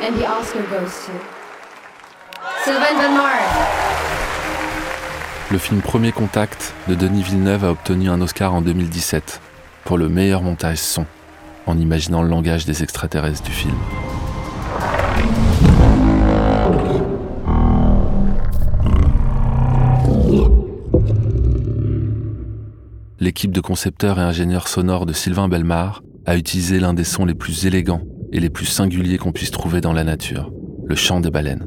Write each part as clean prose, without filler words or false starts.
And the Oscar goes to Sylvain Benmar. Le film Premier Contact de Denis Villeneuve a obtenu un Oscar en 2017 pour le meilleur montage son, en imaginant le langage des extraterrestres du film. L'équipe de concepteurs et ingénieurs sonores de Sylvain Bellemare a utilisé l'un des sons les plus élégants et les plus singuliers qu'on puisse trouver dans la nature, le chant des baleines.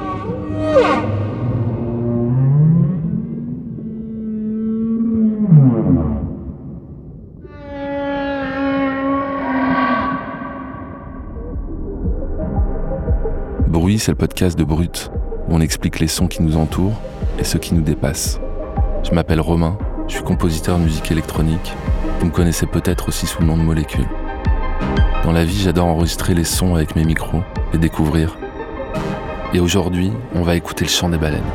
Bruit, c'est le podcast de Brut, où on explique les sons qui nous entourent et ceux qui nous dépassent. Je m'appelle Romain, je suis compositeur de musique électronique. Vous me connaissez peut-être aussi sous le nom de Molécule. Dans la vie, j'adore enregistrer les sons avec mes micros et découvrir. Et aujourd'hui, on va écouter le chant des baleines.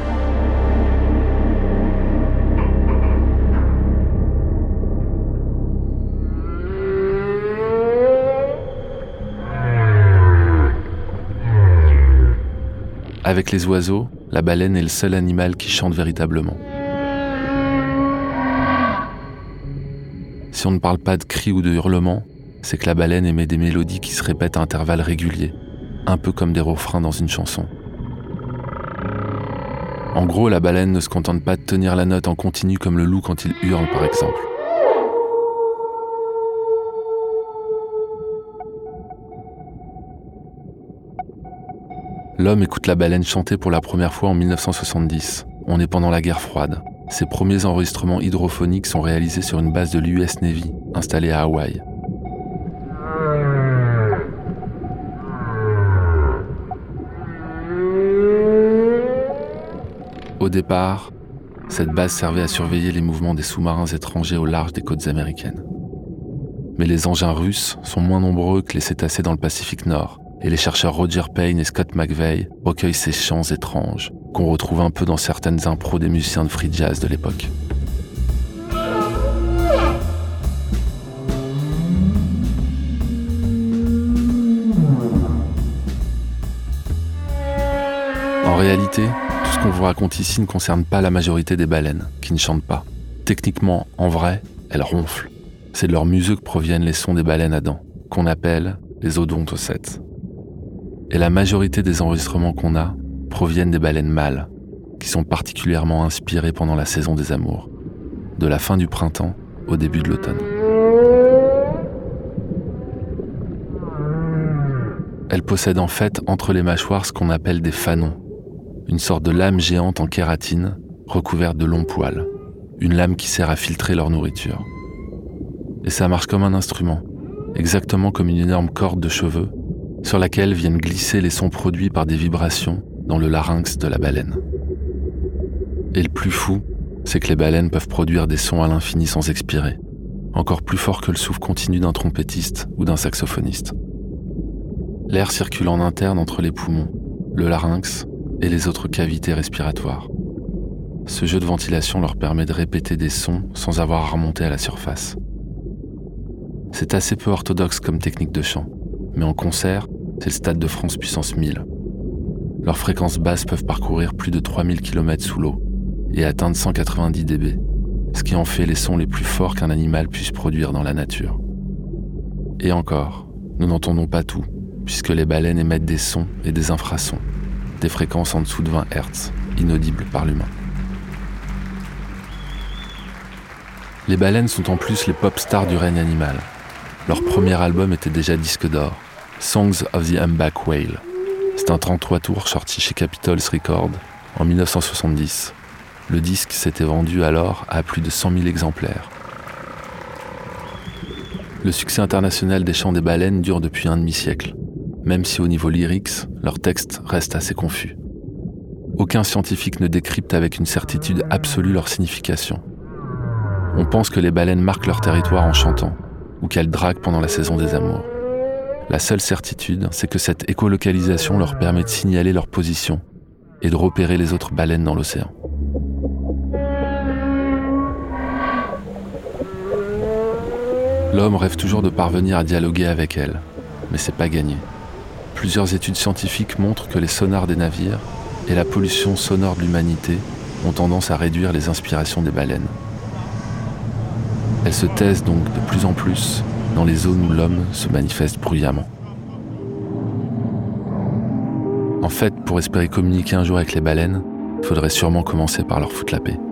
Avec les oiseaux, la baleine est le seul animal qui chante véritablement. Si on ne parle pas de cris ou de hurlements, c'est que la baleine émet des mélodies qui se répètent à intervalles réguliers, un peu comme des refrains dans une chanson. En gros, la baleine ne se contente pas de tenir la note en continu comme le loup quand il hurle, par exemple. L'homme écoute la baleine chanter pour la première fois en 1970. On est pendant la guerre froide. Ses premiers enregistrements hydrophoniques sont réalisés sur une base de l'US Navy, installée à Hawaï. Au départ, cette base servait à surveiller les mouvements des sous-marins étrangers au large des côtes américaines. Mais les engins russes sont moins nombreux que les cétacés dans le Pacifique Nord, et les chercheurs Roger Payne et Scott McVeigh recueillent ces chants étranges qu'on retrouve un peu dans certaines impros des musiciens de free jazz de l'époque. En réalité, tout ce qu'on vous raconte ici ne concerne pas la majorité des baleines, qui ne chantent pas. Techniquement, en vrai, elles ronflent. C'est de leur museau que proviennent les sons des baleines à dents, qu'on appelle les odontocètes. Et la majorité des enregistrements qu'on a proviennent des baleines mâles, qui sont particulièrement inspirées pendant la saison des amours, de la fin du printemps au début de l'automne. Elles possèdent en fait entre les mâchoires ce qu'on appelle des fanons, une sorte de lame géante en kératine recouverte de longs poils, une lame qui sert à filtrer leur nourriture. Et ça marche comme un instrument, exactement comme une énorme corde de cheveux sur laquelle viennent glisser les sons produits par des vibrations dans le larynx de la baleine. Et le plus fou, c'est que les baleines peuvent produire des sons à l'infini sans expirer, encore plus fort que le souffle continu d'un trompettiste ou d'un saxophoniste. L'air circule en interne entre les poumons, le larynx et les autres cavités respiratoires. Ce jeu de ventilation leur permet de répéter des sons sans avoir à remonter à la surface. C'est assez peu orthodoxe comme technique de chant, mais en concert, c'est le Stade de France puissance 1000. Leurs fréquences basses peuvent parcourir plus de 3000 km sous l'eau et atteindre 190 dB, ce qui en fait les sons les plus forts qu'un animal puisse produire dans la nature. Et encore, nous n'entendons pas tout, puisque les baleines émettent des sons et des infrasons, des fréquences en dessous de 20 Hz, inaudibles par l'humain. Les baleines sont en plus les pop stars du règne animal. Leur premier album était déjà disque d'or, Songs of the Humpback Whale. C'est un 33 tours sorti chez Capitol Records en 1970. Le disque s'était vendu alors à plus de 100 000 exemplaires. Le succès international des chants des baleines dure depuis un demi-siècle, même si au niveau lyrics, leurs textes restent assez confus. Aucun scientifique ne décrypte avec une certitude absolue leur signification. On pense que les baleines marquent leur territoire en chantant, ou qu'elles draguent pendant la saison des amours. La seule certitude, c'est que cette écolocalisation leur permet de signaler leur position et de repérer les autres baleines dans l'océan. L'homme rêve toujours de parvenir à dialoguer avec elles, mais c'est pas gagné. plusieurs études scientifiques montrent que les sonars des navires et la pollution sonore de l'humanité ont tendance à réduire les inspirations des baleines. Elles se taisent donc de plus en plus dans les zones où l'homme se manifeste bruyamment. En fait, pour espérer communiquer un jour avec les baleines, il faudrait sûrement commencer par leur foutre la paix.